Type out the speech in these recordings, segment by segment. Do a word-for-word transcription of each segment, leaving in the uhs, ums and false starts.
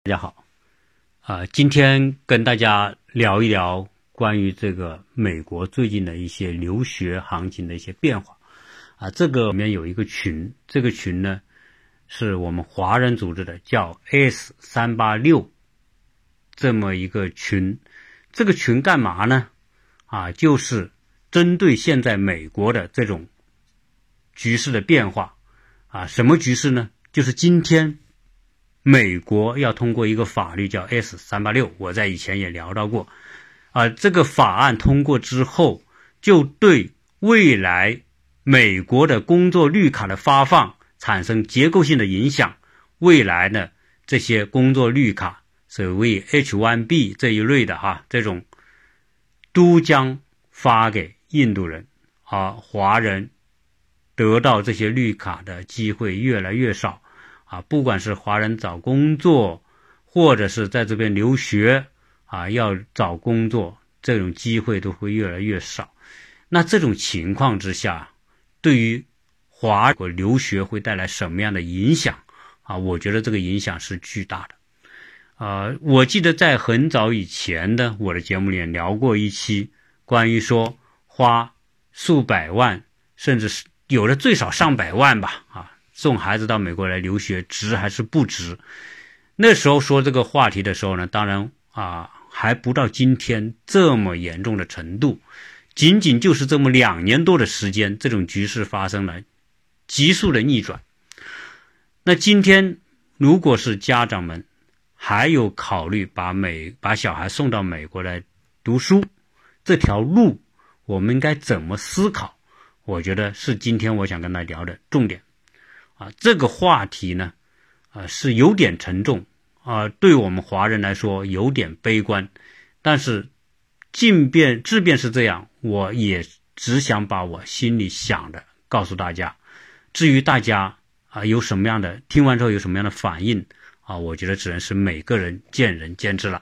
大家好，啊、呃，今天跟大家聊一聊关于这个美国最近的一些留学行情的一些变化。啊、呃，这个里面有一个群，这个群呢是我们华人组织的，叫 S 三八六 这么一个群。这个群干嘛呢？啊，就是针对现在美国的这种局势的变化。啊，什么局势呢？就是今天美国要通过一个法律叫 S 三八六， 我在以前也聊到过。啊，这个法案通过之后，就对未来美国的工作绿卡的发放产生结构性的影响。未来呢，这些工作绿卡，所谓 H 一 B 这一类的哈，这种都将发给印度人，啊，华人得到这些绿卡的机会越来越少。啊，不管是华人找工作，或者是在这边留学，啊，要找工作，这种机会都会越来越少。那这种情况之下，对于华国留学会带来什么样的影响？啊，我觉得这个影响是巨大的。呃，我记得在很早以前的我的节目里也聊过一期，关于说花数百万，甚至是有的最少上百万吧，啊。送孩子到美国来留学值还是不值？那时候说这个话题的时候呢，当然啊还不到今天这么严重的程度，仅仅就是这么两年多的时间，这种局势发生了急速的逆转。那今天如果是家长们还有考虑把美把小孩送到美国来读书，这条路我们应该怎么思考？我觉得是今天我想跟大家聊的重点。啊，这个话题呢，啊是有点沉重啊，对我们华人来说有点悲观，但是即便即便是这样，我也只想把我心里想的告诉大家。至于大家啊有什么样的听完之后有什么样的反应啊，我觉得只能是每个人见仁见智了。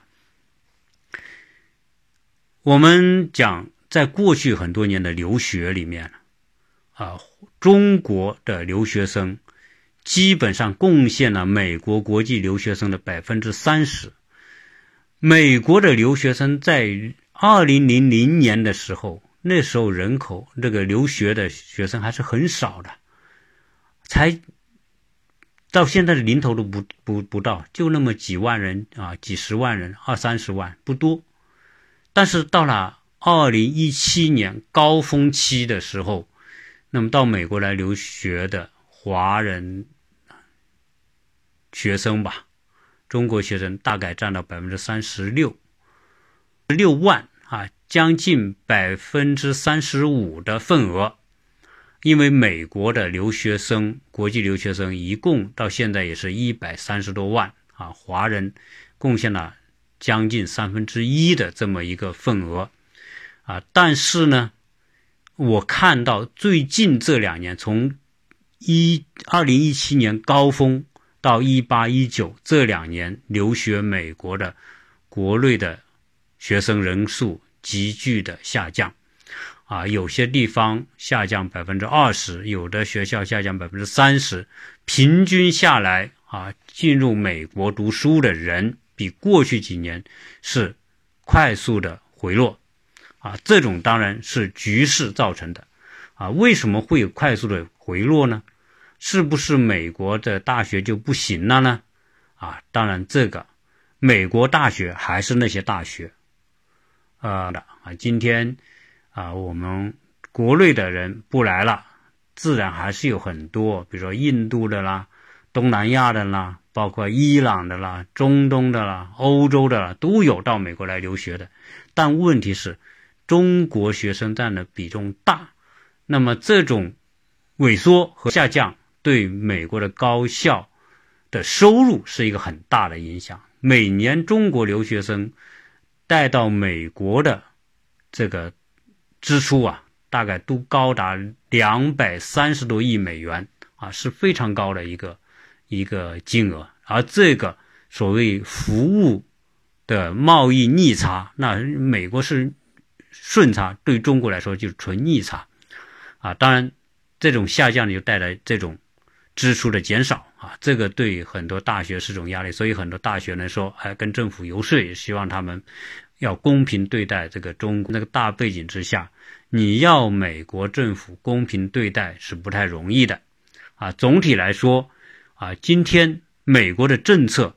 我们讲在过去很多年的留学里面啊，中国的留学生基本上贡献了美国国际留学生的 百分之三十。 美国的留学生在二零零零年的时候，那时候人口这个留学的学生还是很少的，才到现在的零头都不不不到，就那么几万人啊，几十万人，二三十万不多。但是到了二零一七年高峰期的时候，那么到美国来留学的华人学生吧，中国学生大概占到 百分之三十六， 六万啊，将近 百分之三十五 的份额。因为美国的留学生国际留学生一共到现在也是一百三十多万啊，华人贡献了将近三分之一的这么一个份额啊。但是呢，我看到最近这两年，从一二零一七年高峰到一八一九这两年，留学美国的国内的学生人数急剧的下降啊，有些地方下降 百分之二十， 有的学校下降 百分之三十， 平均下来啊，进入美国读书的人比过去几年是快速的回落啊，这种当然是局势造成的啊。为什么会有快速的回落呢？是不是美国的大学就不行了呢？啊，当然这个美国大学还是那些大学呃的啊，今天啊我们国内的人不来了，自然还是有很多，比如说印度的啦，东南亚的啦，包括伊朗的啦，中东的啦，欧洲的啦，都有到美国来留学的。但问题是中国学生占的比重大，那么这种萎缩和下降对美国的高校的收入是一个很大的影响。每年中国留学生带到美国的这个支出啊，大概都高达两百三十多亿美元啊，是非常高的一个一个金额。而这个所谓服务的贸易逆差，那美国是顺差，对中国来说就是纯逆差啊。当然这种下降就带来这种支出的减少啊，这个对很多大学是种压力，所以很多大学呢说，哎，跟政府游说，也希望他们要公平对待这个中国。那个大背景之下，你要美国政府公平对待是不太容易的啊。总体来说啊，今天美国的政策，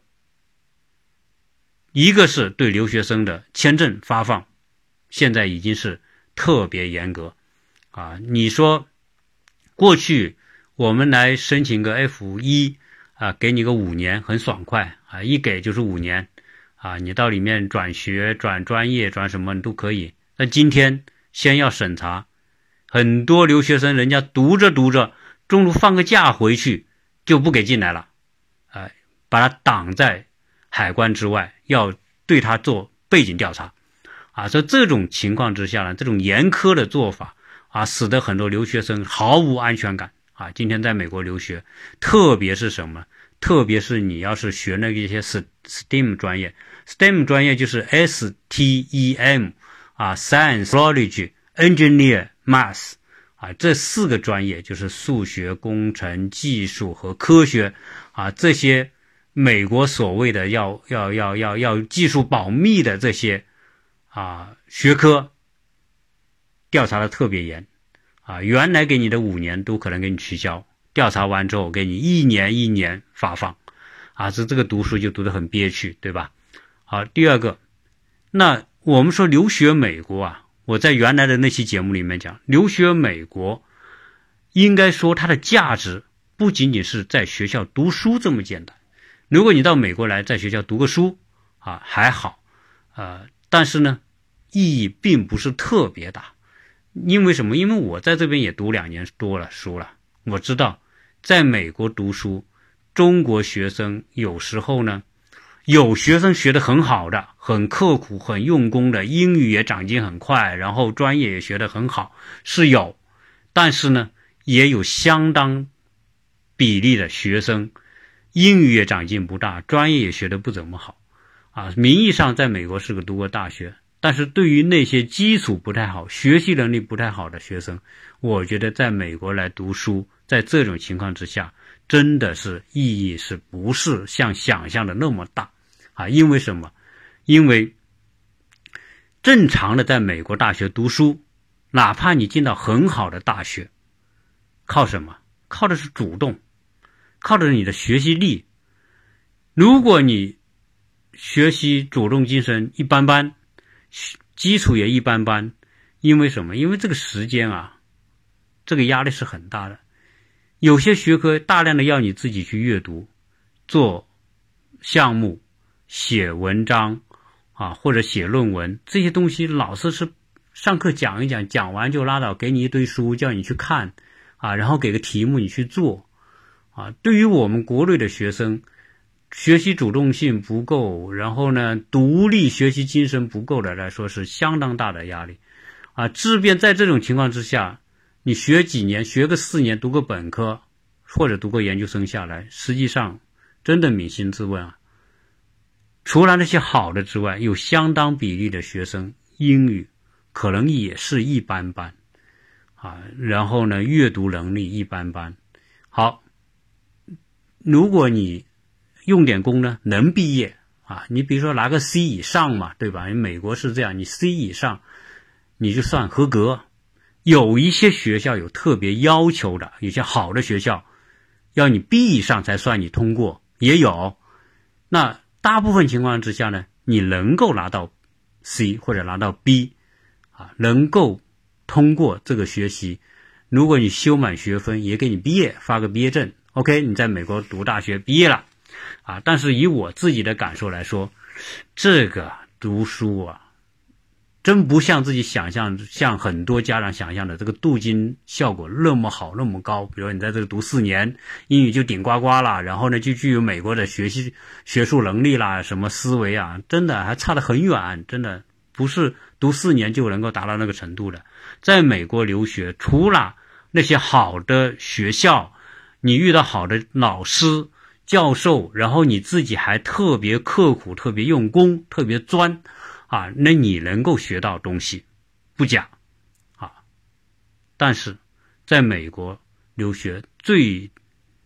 一个是对留学生的签证发放，现在已经是特别严格啊。你说过去我们来申请个 F 一 啊，给你个五年很爽快啊，一给就是五年啊，你到里面转学转专业转什么你都可以。那今天先要审查，很多留学生人家读着读着中途放个假回去就不给进来了，啊，把他挡在海关之外，要对他做背景调查啊。所以这种情况之下呢，这种严苛的做法啊，使得很多留学生毫无安全感啊。今天在美国留学，特别是什么？特别是你要是学那一些 S T E M 专业 ，S T E M 专业就是 S T E M 啊 ，Science, Technology, Engineer, Math 啊，这四个专业就是数学、工程、技术和科学啊，这些美国所谓的要要要要要技术保密的这些啊学科，调查的特别严啊，原来给你的五年都可能给你取消，调查完之后给你一年一年发放啊，这这个读书就读得很憋屈，对吧？好，第二个，那我们说留学美国啊，我在原来的那期节目里面讲，留学美国应该说它的价值不仅仅是在学校读书这么简单。如果你到美国来在学校读个书啊还好，呃，但是呢意义并不是特别大。因为什么？因为我在这边也读两年多了书了，我知道在美国读书，中国学生有时候呢，有学生学得很好的，很刻苦很用功的，英语也长进很快，然后专业也学得很好，是有。但是呢也有相当比例的学生英语也长进不大，专业也学得不怎么好啊，名义上在美国是个读过大学，但是对于那些基础不太好、学习能力不太好的学生，我觉得在美国来读书，在这种情况之下，真的是意义是不是像想象的那么大啊？因为什么？因为正常的在美国大学读书，哪怕你进到很好的大学，靠什么？靠的是主动，靠的是你的学习力。如果你学习主动精神一般般，基础也一般般，因为什么？因为这个时间啊，这个压力是很大的。有些学科大量的要你自己去阅读、做项目、写文章啊，或者写论文，这些东西老师是上课讲一讲，讲完就拉倒，给你一堆书叫你去看啊，然后给个题目你去做啊。对于我们国内的学生，学习主动性不够，然后呢独立学习精神不够的来说是相当大的压力啊。即便在这种情况之下，你学几年，学个四年，读个本科或者读个研究生下来，实际上真的扪心自问啊，除了那些好的之外，有相当比例的学生英语可能也是一般般啊，然后呢阅读能力一般般。好，如果你用点功呢，能毕业啊，你比如说拿个 C 以上嘛，对吧？美国是这样，你 C 以上你就算合格。有一些学校有特别要求的，有些好的学校要你 B 以上才算你通过，也有。那大部分情况之下呢，你能够拿到 C 或者拿到 B 啊，能够通过这个学习，如果你修满学分也给你毕业，发个毕业证 OK， 你在美国读大学毕业了啊。但是以我自己的感受来说，这个读书啊真不像自己想象，像很多家长想象的这个镀金效果那么好那么高。比如你在这个读四年，英语就顶呱呱了，然后呢就具有美国的学习学术能力啦，什么思维啊，真的还差得很远，真的不是读四年就能够达到那个程度的。在美国留学，除了那些好的学校，你遇到好的老师教授，然后你自己还特别刻苦特别用功特别专啊，那你能够学到东西不假啊。但是在美国留学最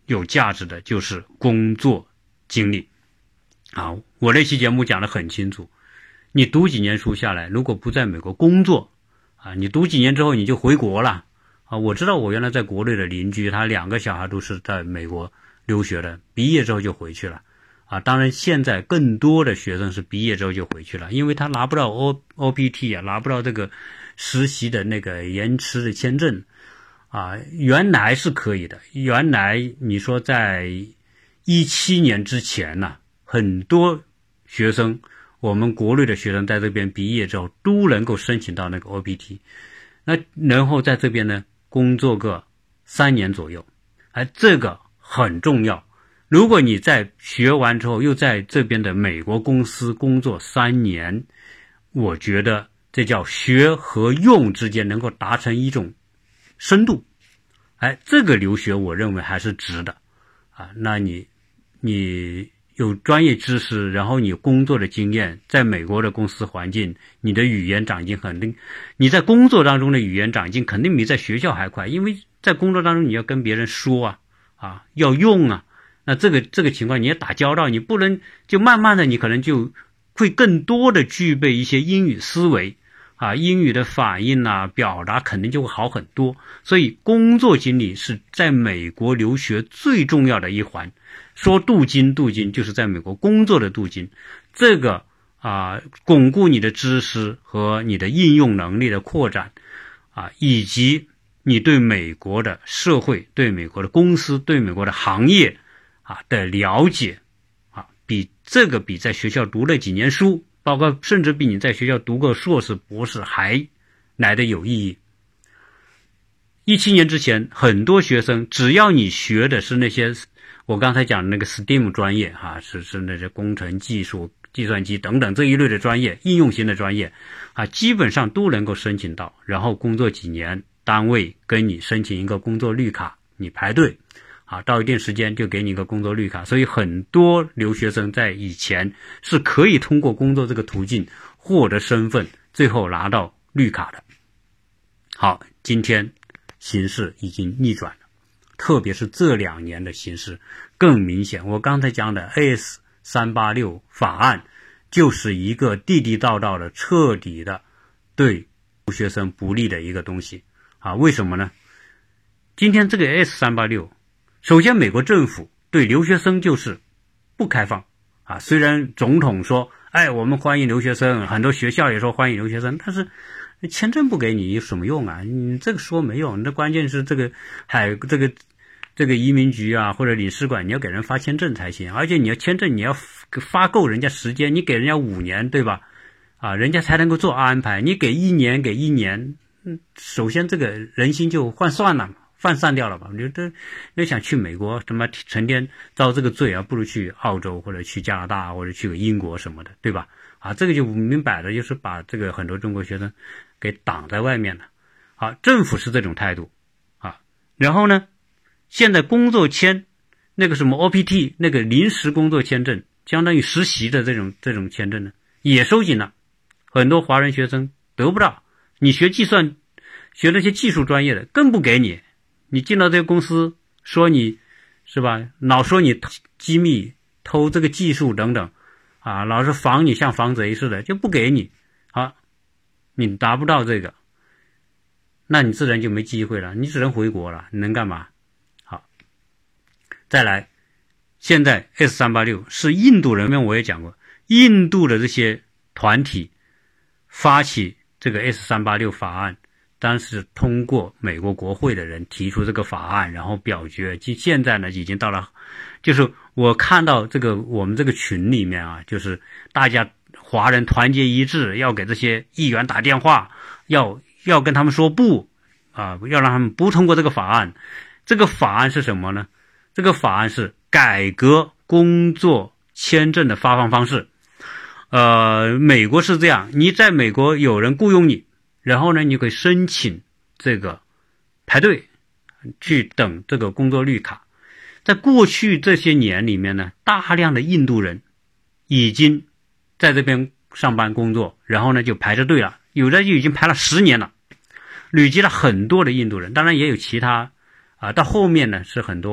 有价值的就是工作经历啊。我那期节目讲得很清楚，你读几年书下来，如果不在美国工作啊，你读几年之后你就回国了啊。我知道我原来在国内的邻居，他两个小孩都是在美国留学的，毕业之后就回去了啊。当然现在更多的学生是毕业之后就回去了，因为他拿不到 O O P T 啊，拿不到这个实习的那个延迟的签证啊。原来是可以的，原来你说在一七年之前呢、啊，很多学生，我们国内的学生在这边毕业之后都能够申请到那个 O P T， 那然后在这边呢工作个三年左右，哎，这个很重要。如果你在学完之后又在这边的美国公司工作三年，我觉得这叫学和用之间能够达成一种深度，哎，这个留学我认为还是值的啊。那你你有专业知识，然后你工作的经验，在美国的公司环境，你的语言长进肯定，你在工作当中的语言长进肯定比在学校还快，因为在工作当中你要跟别人说啊啊，要用啊，那这个这个情况你要打交道，你不能就慢慢的你可能就会更多的具备一些英语思维啊，英语的反应啊表达肯定就会好很多。所以工作经历是在美国留学最重要的一环，说镀金镀金就是在美国工作的镀金，这个啊巩固你的知识和你的应用能力的扩展啊，以及你对美国的社会、对美国的公司、对美国的行业啊的了解啊，比这个比在学校读了几年书，包括甚至比你在学校读个硕士博士还来得有意义。一七年之前很多学生只要你学的是那些我刚才讲的那个 S T E M 专业啊，是是那些工程技术、计算机等等这一类的专业，应用型的专业啊，基本上都能够申请到，然后工作几年，单位跟你申请一个工作绿卡，你排队啊，到一定时间就给你一个工作绿卡。所以很多留学生在以前是可以通过工作这个途径获得身份，最后拿到绿卡的。好，今天形势已经逆转了，特别是这两年的形势更明显。我刚才讲的 A S 三八六 法案就是一个地地道道的彻底的对留学生不利的一个东西啊。为什么呢？今天这个 A S 三八六， 首先美国政府对留学生就是不开放啊。虽然总统说哎我们欢迎留学生，很多学校也说欢迎留学生，但是签证不给你有什么用啊？你这个说没用，那关键是这个海这个这个移民局啊或者领事馆你要给人发签证才行，而且你要签证你要发够人家时间，你给人家五年对吧？啊，人家才能够做安排，你给一年给一年，嗯，首先这个人心就涣散了嘛，涣散掉了吧？我觉得要想去美国什么成天遭这个罪啊，不如去澳洲或者去加拿大或者去个英国什么的，对吧？啊，这个就明摆着就是把这个很多中国学生给挡在外面了。好，政府是这种态度啊。然后呢，现在工作签那个什么 O P T 那个临时工作签证，相当于实习的这种这种签证呢，也收紧了，很多华人学生得不到。你学计算学那些技术专业的更不给你，你进到这个公司说你是吧，老说你机密偷这个技术等等啊，老是防你像防贼似的，就不给你啊，你达不到这个，那你自然就没机会了，你只能回国了，你能干嘛？好，再来，现在 S 三八六 是印度人，因为我也讲过，印度的这些团体发起这个 S 三八六 法案，当时通过美国国会的人提出这个法案，然后表决，现在呢已经到了，就是我看到这个我们这个群里面啊，就是大家华人团结一致，要给这些议员打电话，要要跟他们说不啊，要让他们不通过这个法案。这个法案是什么呢？这个法案是改革工作签证的发放方式。呃，美国是这样，你在美国有人雇佣你，然后呢，你可以申请这个排队去等这个工作绿卡。在过去这些年里面呢，大量的印度人已经在这边上班工作，然后呢就排着队了，有的就已经排了十年了，累积了很多的印度人，当然也有其他啊，到后面呢是很多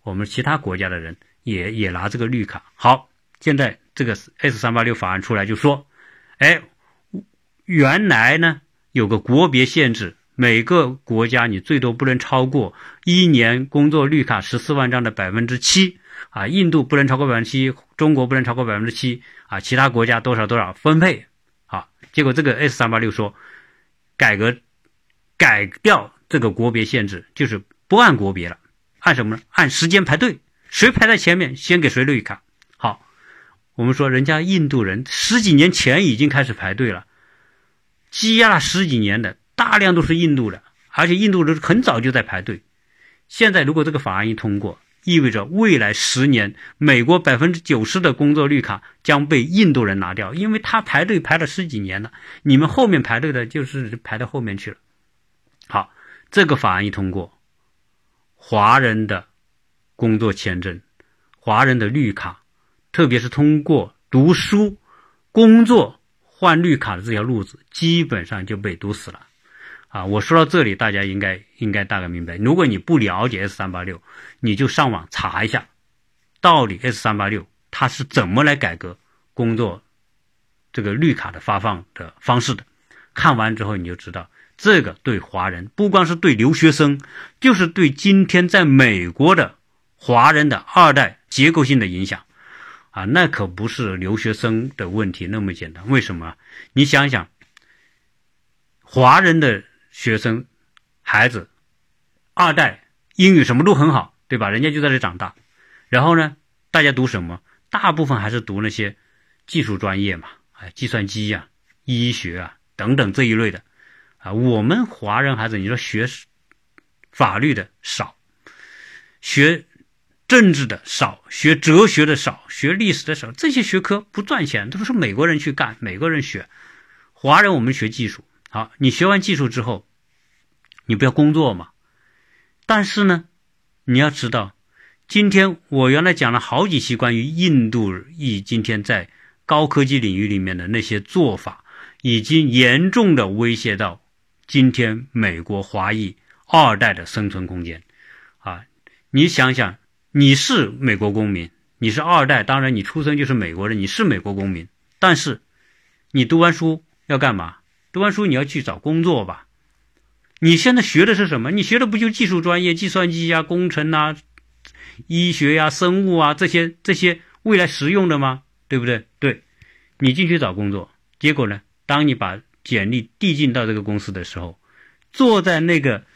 我们其他国家的人也也拿这个绿卡。好，现在这个 S 三八六 法案出来就说，哎，原来呢有个国别限制，每个国家你最多不能超过一年工作绿卡十四万张的百分之七啊，印度不能超过百分之七，中国不能超过百分之七啊，其他国家多少多少分配啊。结果这个 S 三八六 说改革改掉这个国别限制，就是不按国别了，按什么呢？按时间排队，谁排在前面先给谁绿卡。好，我们说人家印度人十几年前已经开始排队了，积压了十几年的大量都是印度的，而且印度人很早就在排队。现在如果这个法案一通过，意味着未来十年美国 百分之九十 的工作绿卡将被印度人拿掉，因为他排队排了十几年了，你们后面排队的就是排到后面去了。好，这个法案一通过，华人的工作签证、华人的绿卡，特别是通过读书、工作换绿卡的这条路子，基本上就被堵死了。啊，我说到这里，大家应该应该大概明白。如果你不了解 S 三八六，你就上网查一下，到底 S 三八六 它是怎么来改革工作这个绿卡的发放的方式的。看完之后你就知道，这个对华人，不光是对留学生，就是对今天在美国的华人的二代结构性的影响。啊，那可不是留学生的问题那么简单。为什么？你想想，华人的学生孩子二代英语什么都很好，对吧？人家就在这长大，然后呢大家读什么？大部分还是读那些技术专业嘛，哎，计算机啊、医学啊等等这一类的啊。我们华人孩子，你说学法律的少，学政治的少，学哲学的少，学历史的少，这些学科不赚钱，都是美国人去干，美国人学。华人我们学技术，好，你学完技术之后，你不要工作嘛？但是呢，你要知道，今天我原来讲了好几期关于印度裔今天在高科技领域里面的那些做法，已经严重的威胁到今天美国华裔二代的生存空间啊！你想想，你是美国公民，你是二代，当然你出生就是美国人，你是美国公民，但是你读完书要干嘛？读完书你要去找工作吧。你现在学的是什么？你学的不就技术专业，计算机啊、工程啊、医学呀、啊、生物啊，这些这些未来实用的吗？对不对？对，你进去找工作，结果呢，当你把简历递进到这个公司的时候，坐在那个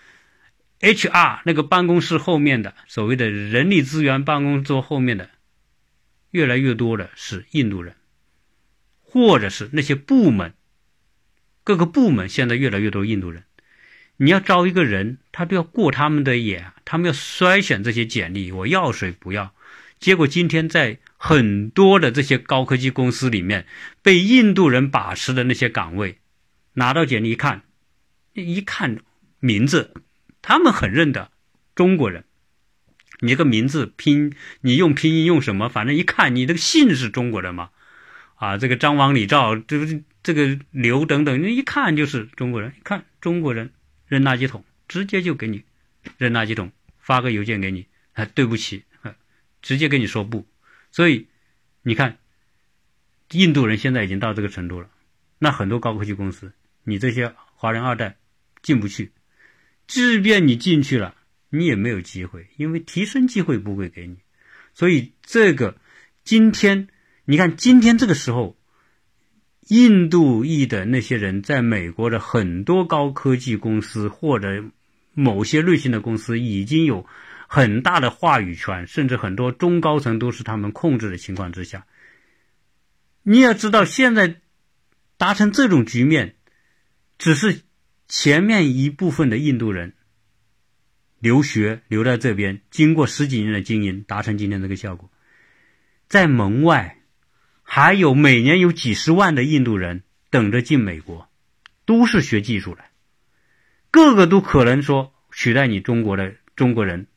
H R 那个办公室后面的所谓的人力资源办公桌后面的越来越多的是印度人，或者是那些部门，各个部门现在越来越多印度人。你要招一个人，他都要过他们的眼，他们要筛选这些简历，我要谁不要。结果今天在很多的这些高科技公司里面，被印度人把持的那些岗位，拿到简历一看，一看名字，他们很认得中国人。你这个名字拼，你用拼音用什么，反正一看你这个姓是中国人嘛，啊，这个张王李赵，这个这个刘等等，一看就是中国人，一看中国人。扔垃圾桶，直接就给你扔垃圾桶，发个邮件给你，啊，对不起，啊，直接跟你说不。所以你看，印度人现在已经到这个程度了，那很多高科技公司，你这些华人二代进不去，即便你进去了，你也没有机会，因为提升机会不会给你。所以这个今天，你看今天这个时候，印度裔的那些人在美国的很多高科技公司或者某些类型的公司已经有很大的话语权，甚至很多中高层都是他们控制的情况之下，你要知道现在达成这种局面，只是前面一部分的印度人留学留在这边，经过十几年的经营达成今天这个效果，在门外还有每年有几十万的印度人等着进美国，都是学技术的，个个都可能说取代你中国的中国人，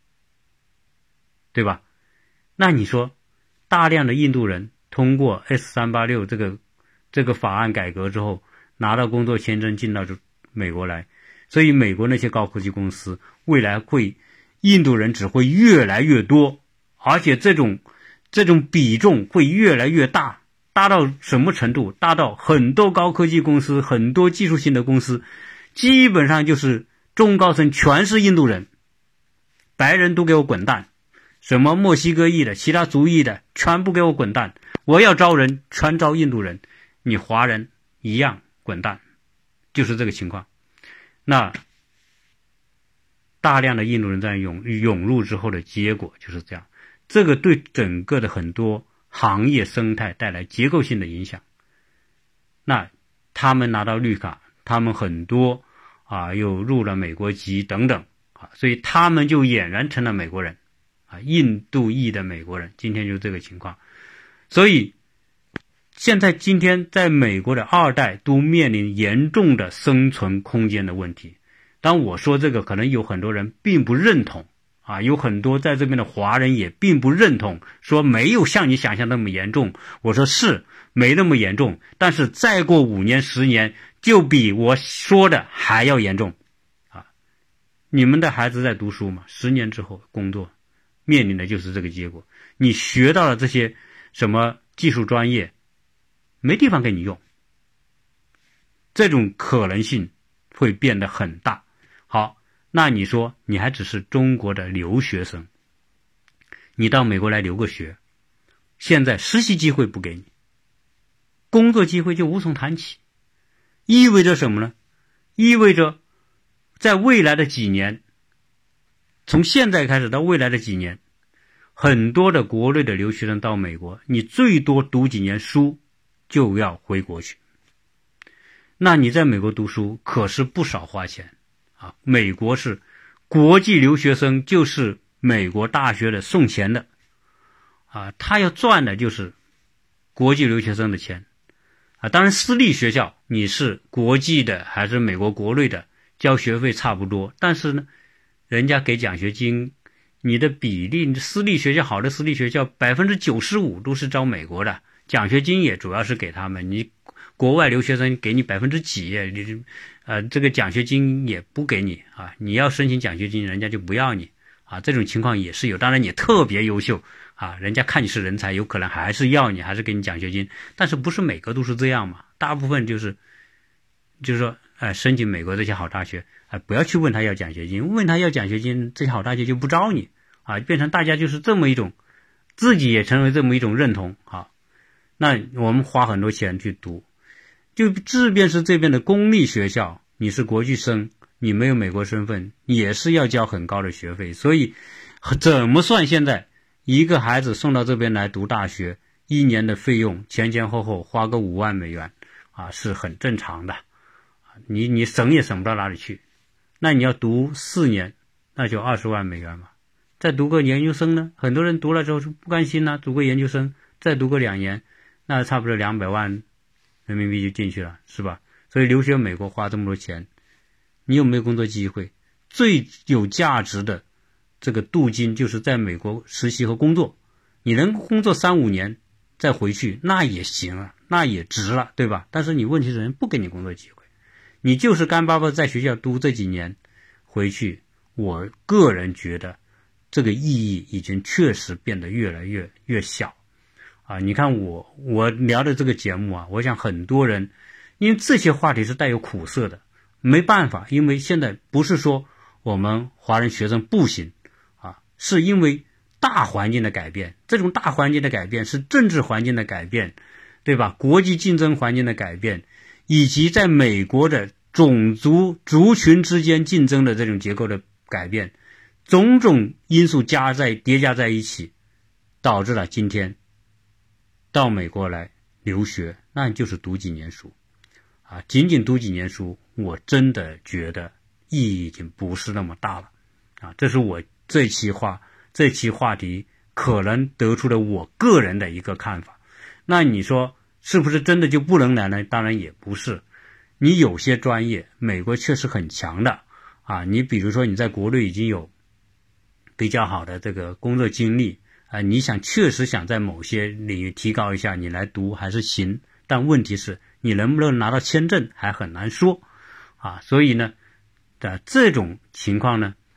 对吧？那你说大量的印度人通过 S 三八六 这个这个法案改革之后，拿到工作签证进到美国来，所以美国那些高科技公司未来会印度人只会越来越多，而且这种这种比重会越来越大，大到什么程度？大到很多高科技公司，很多技术性的公司，基本上就是中高层全是印度人，白人都给我滚蛋，什么墨西哥裔的，其他族裔的全部给我滚蛋，我要招人全招印度人，你华人一样滚蛋，就是这个情况。那大量的印度人在涌涌入之后的结果就是这样，这个对整个的很多行业生态带来结构性的影响。那他们拿到绿卡，他们很多啊又入了美国籍等等啊，所以他们就俨然成了美国人啊，印度裔的美国人，今天就这个情况。所以现在今天在美国的二代都面临严重的生存空间的问题。当我说这个，可能有很多人并不认同啊，有很多在这边的华人也并不认同，说没有像你想象那么严重。我说是没那么严重，但是再过五年十年就比我说的还要严重啊！你们的孩子在读书嘛，十年之后工作面临的就是这个结果。你学到了这些什么技术专业，没地方给你用，这种可能性会变得很大。好，那你说你还只是中国的留学生，你到美国来留个学，现在实习机会不给你，工作机会就无从谈起，意味着什么呢？意味着在未来的几年，从现在开始到未来的几年，很多的国内的留学生到美国，你最多读几年书就要回国去。那你在美国读书可是不少花钱啊！美国是国际留学生就是美国大学的送钱的啊，他要赚的就是国际留学生的钱啊。当然私立学校你是国际的还是美国国内的，交学费差不多，但是呢人家给奖学金，你的比例，私立学校好的私立学校 百分之九十五 都是招美国的，奖学金也主要是给他们，你国外留学生给你百分之几，你呃这个奖学金也不给你啊，你要申请奖学金人家就不要你啊，这种情况也是有。当然你特别优秀啊，人家看你是人才，有可能还是要你，还是给你奖学金，但是不是每个都是这样嘛，大部分就是就是说呃申请美国这些好大学啊、呃，不要去问他要奖学金，问他要奖学金，这些好大学就不招你啊，变成大家就是这么一种，自己也成为这么一种认同啊。那我们花很多钱去读，就即便是这边的公立学校，你是国际生，你没有美国身份，也是要交很高的学费。所以怎么算，现在一个孩子送到这边来读大学，一年的费用前前后后花个五万美元啊，是很正常的。你你省也省不到哪里去。那你要读四年，那就二十万美元嘛。再读个研究生呢，很多人读了之后就不甘心了，读个研究生再读个两年，那差不多两百万人民币就进去了，是吧？所以留学美国花这么多钱，你有没有工作机会？最有价值的这个镀金就是在美国实习和工作，你能工作三五年再回去那也行啊，那也值了，对吧？但是你问题是人不给你工作机会，你就是干巴巴在学校读这几年回去，我个人觉得这个意义已经确实变得越来越越小啊！你看我我聊的这个节目啊，我想很多人因为这些话题是带有苦涩的，没办法，因为现在不是说我们华人学生不行啊，是因为大环境的改变，这种大环境的改变是政治环境的改变，对吧？国际竞争环境的改变，以及在美国的种族族群之间竞争的这种结构的改变，种种因素加在叠加在一起，导致了今天到美国来留学，那就是读几年书啊，仅仅读几年书，我真的觉得意义已经不是那么大了啊！这是我这期话这期话题可能得出的我个人的一个看法。那你说是不是真的就不能来呢？当然也不是，你有些专业美国确实很强的啊，你比如说你在国内已经有比较好的这个工作经历啊，你想确实想在某些领域提高一下，你来读还是行，但问题是你能不能拿到签证还很难说啊。所以呢的这种情况呢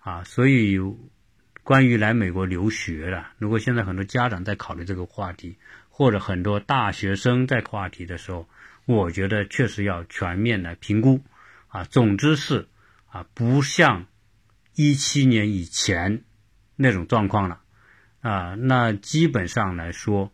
啊，所以关于来美国留学的，如果现在很多家长在考虑这个话题，或者很多大学生在话题的时候，我觉得确实要全面来评估啊。总之是啊，不像一七年以前那种状况了啊。那基本上来说，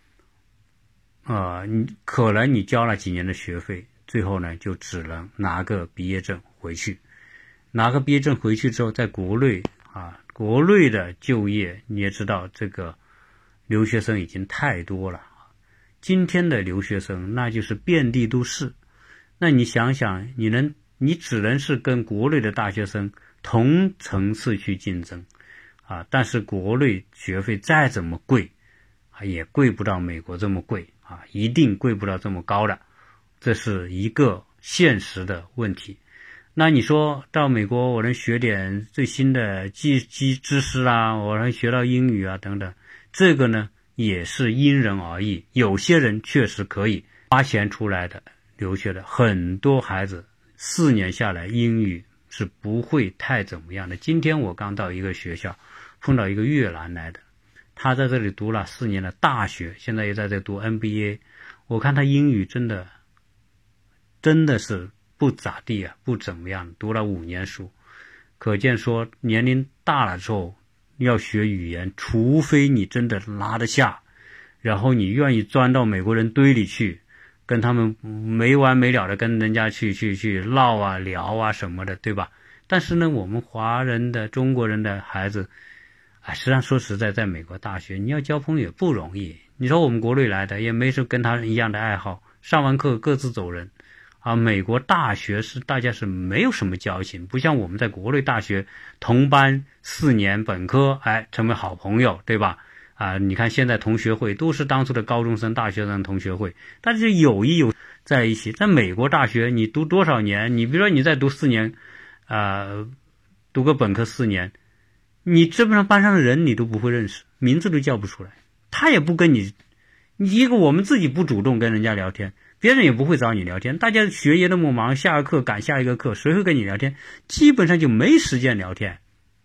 呃，你可能你交了几年的学费，最后呢就只能拿个毕业证回去，拿个毕业证回去之后，在国内啊，国内的就业你也知道，这个留学生已经太多了。今天的留学生那就是遍地都是，那你想想，你能你只能是跟国内的大学生同层次去竞争啊，但是国内学费再怎么贵啊，也贵不到美国这么贵啊，一定贵不到这么高的，这是一个现实的问题。那你说到美国我能学点最新的技技知识啊，我能学到英语啊等等，这个呢也是因人而异，有些人确实可以花钱出来的留学的，很多孩子四年下来英语是不会太怎么样的。今天我刚到一个学校，碰到一个越南来的，他在这里读了四年的大学，现在也在这读 M B A， 我看他英语真的真的是不咋地啊，不怎么样，读了五年书，可见说年龄大了之后要学语言，除非你真的拉得下，然后你愿意钻到美国人堆里去，跟他们没完没了的跟人家去去去唠啊聊啊什么的，对吧？但是呢，我们华人的中国人的孩子，哎，实际上说实在，在美国大学你要交朋友也不容易。你说我们国内来的也没是跟他一样的爱好，上完课各自走人。啊，美国大学是大家是没有什么交情，不像我们在国内大学同班四年本科，哎，成为好朋友，对吧？啊，你看现在同学会都是当初的高中生、大学生同学会，但是友谊有在一起。在美国大学，你读多少年？你比如说你再读四年，呃，读个本科四年，你基本上班上的人你都不会认识，名字都叫不出来，他也不跟你，你一个我们自己不主动跟人家聊天。别人也不会找你聊天，大家学业那么忙，下个课赶下一个课，谁会跟你聊天？基本上就没时间聊天。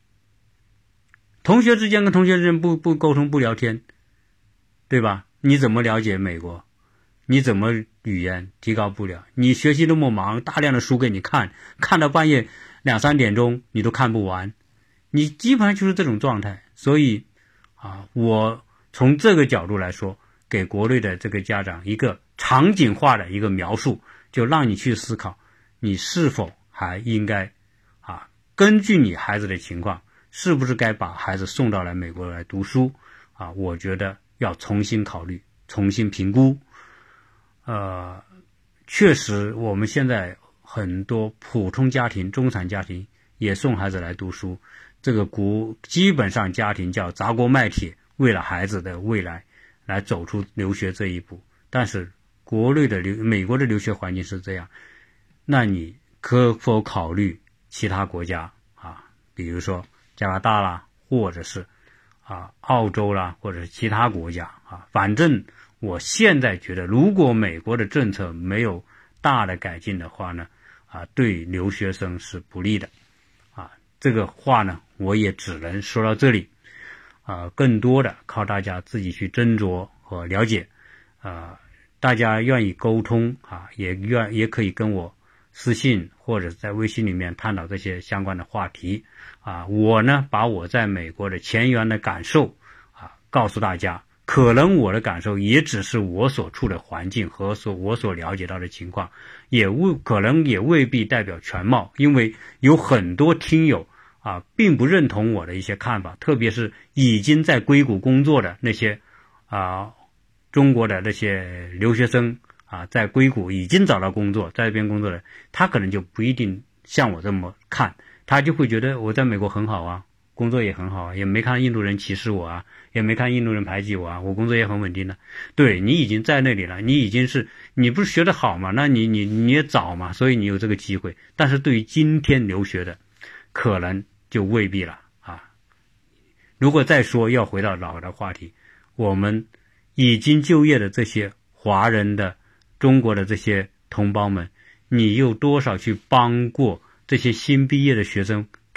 同学之间跟同学之间不不沟通不聊天，对吧？你怎么了解美国？你怎么语言提高不了？你学习那么忙，大量的书给你看，看到半夜两三点钟你都看不完，你基本上就是这种状态。所以啊，我从这个角度来说，给国内的这个家长一个场景化的一个描述，就让你去思考，你是否还应该啊，根据你孩子的情况，是不是该把孩子送到来美国来读书啊？我觉得要重新考虑，重新评估。呃，确实我们现在很多普通家庭、中产家庭也送孩子来读书，这个国基本上家庭叫砸锅卖铁，为了孩子的未来来走出留学这一步。但是国内的留美国的留学环境是这样，那你可否考虑其他国家啊？比如说加拿大啦，或者是啊澳洲啦，或者是其他国家啊。反正我现在觉得，如果美国的政策没有大的改进的话呢，啊，对留学生是不利的啊。这个话呢，我也只能说到这里啊，更多的靠大家自己去斟酌和了解。啊，大家愿意沟通啊，也愿也可以跟我私信或者在微信里面探讨这些相关的话题啊。我呢，把我在美国的前沿的感受啊告诉大家，可能我的感受也只是我所处的环境和所我所了解到的情况，也未可能也未必代表全貌，因为有很多听友啊并不认同我的一些看法，特别是已经在硅谷工作的那些啊。中国的那些留学生啊，在硅谷已经找到工作，在这边工作的，他可能就不一定像我这么看，他就会觉得我在美国很好啊，工作也很好啊，也没看印度人歧视我啊，也没看印度人排挤我啊，我工作也很稳定的。对，你已经在那里了，你已经是，你不是学得好嘛，那你你你也早嘛，所以你有这个机会。但是对于今天留学的，可能就未必了啊。如果再说要回到老的话题，我们已经就业的这些华人的中国的这些同胞们，你有多少去帮过这些新毕业的学生给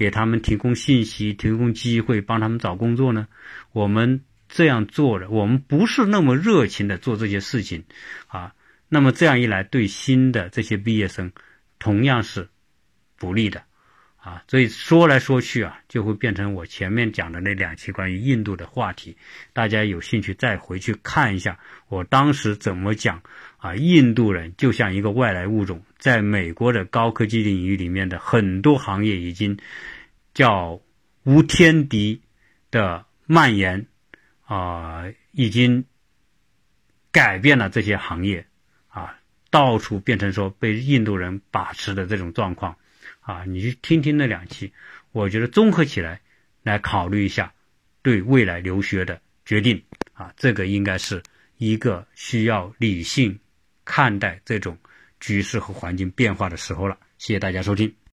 给他们提供信息、提供机会，帮他们找工作呢？我们这样做的，我们不是那么热情的做这些事情啊。那么这样一来，对新的这些毕业生同样是不利的啊。所以说来说去啊，就会变成我前面讲的那两期关于印度的话题。大家有兴趣再回去看一下我当时怎么讲啊。印度人就像一个外来物种，在美国的高科技领域里面的很多行业已经叫无天敌的蔓延啊、呃，已经改变了这些行业啊，到处变成说被印度人把持的这种状况啊。你去听听那两期，我觉得综合起来来考虑一下对未来留学的决定啊，这个应该是一个需要理性看待这种局势和环境变化的时候了。谢谢大家收听。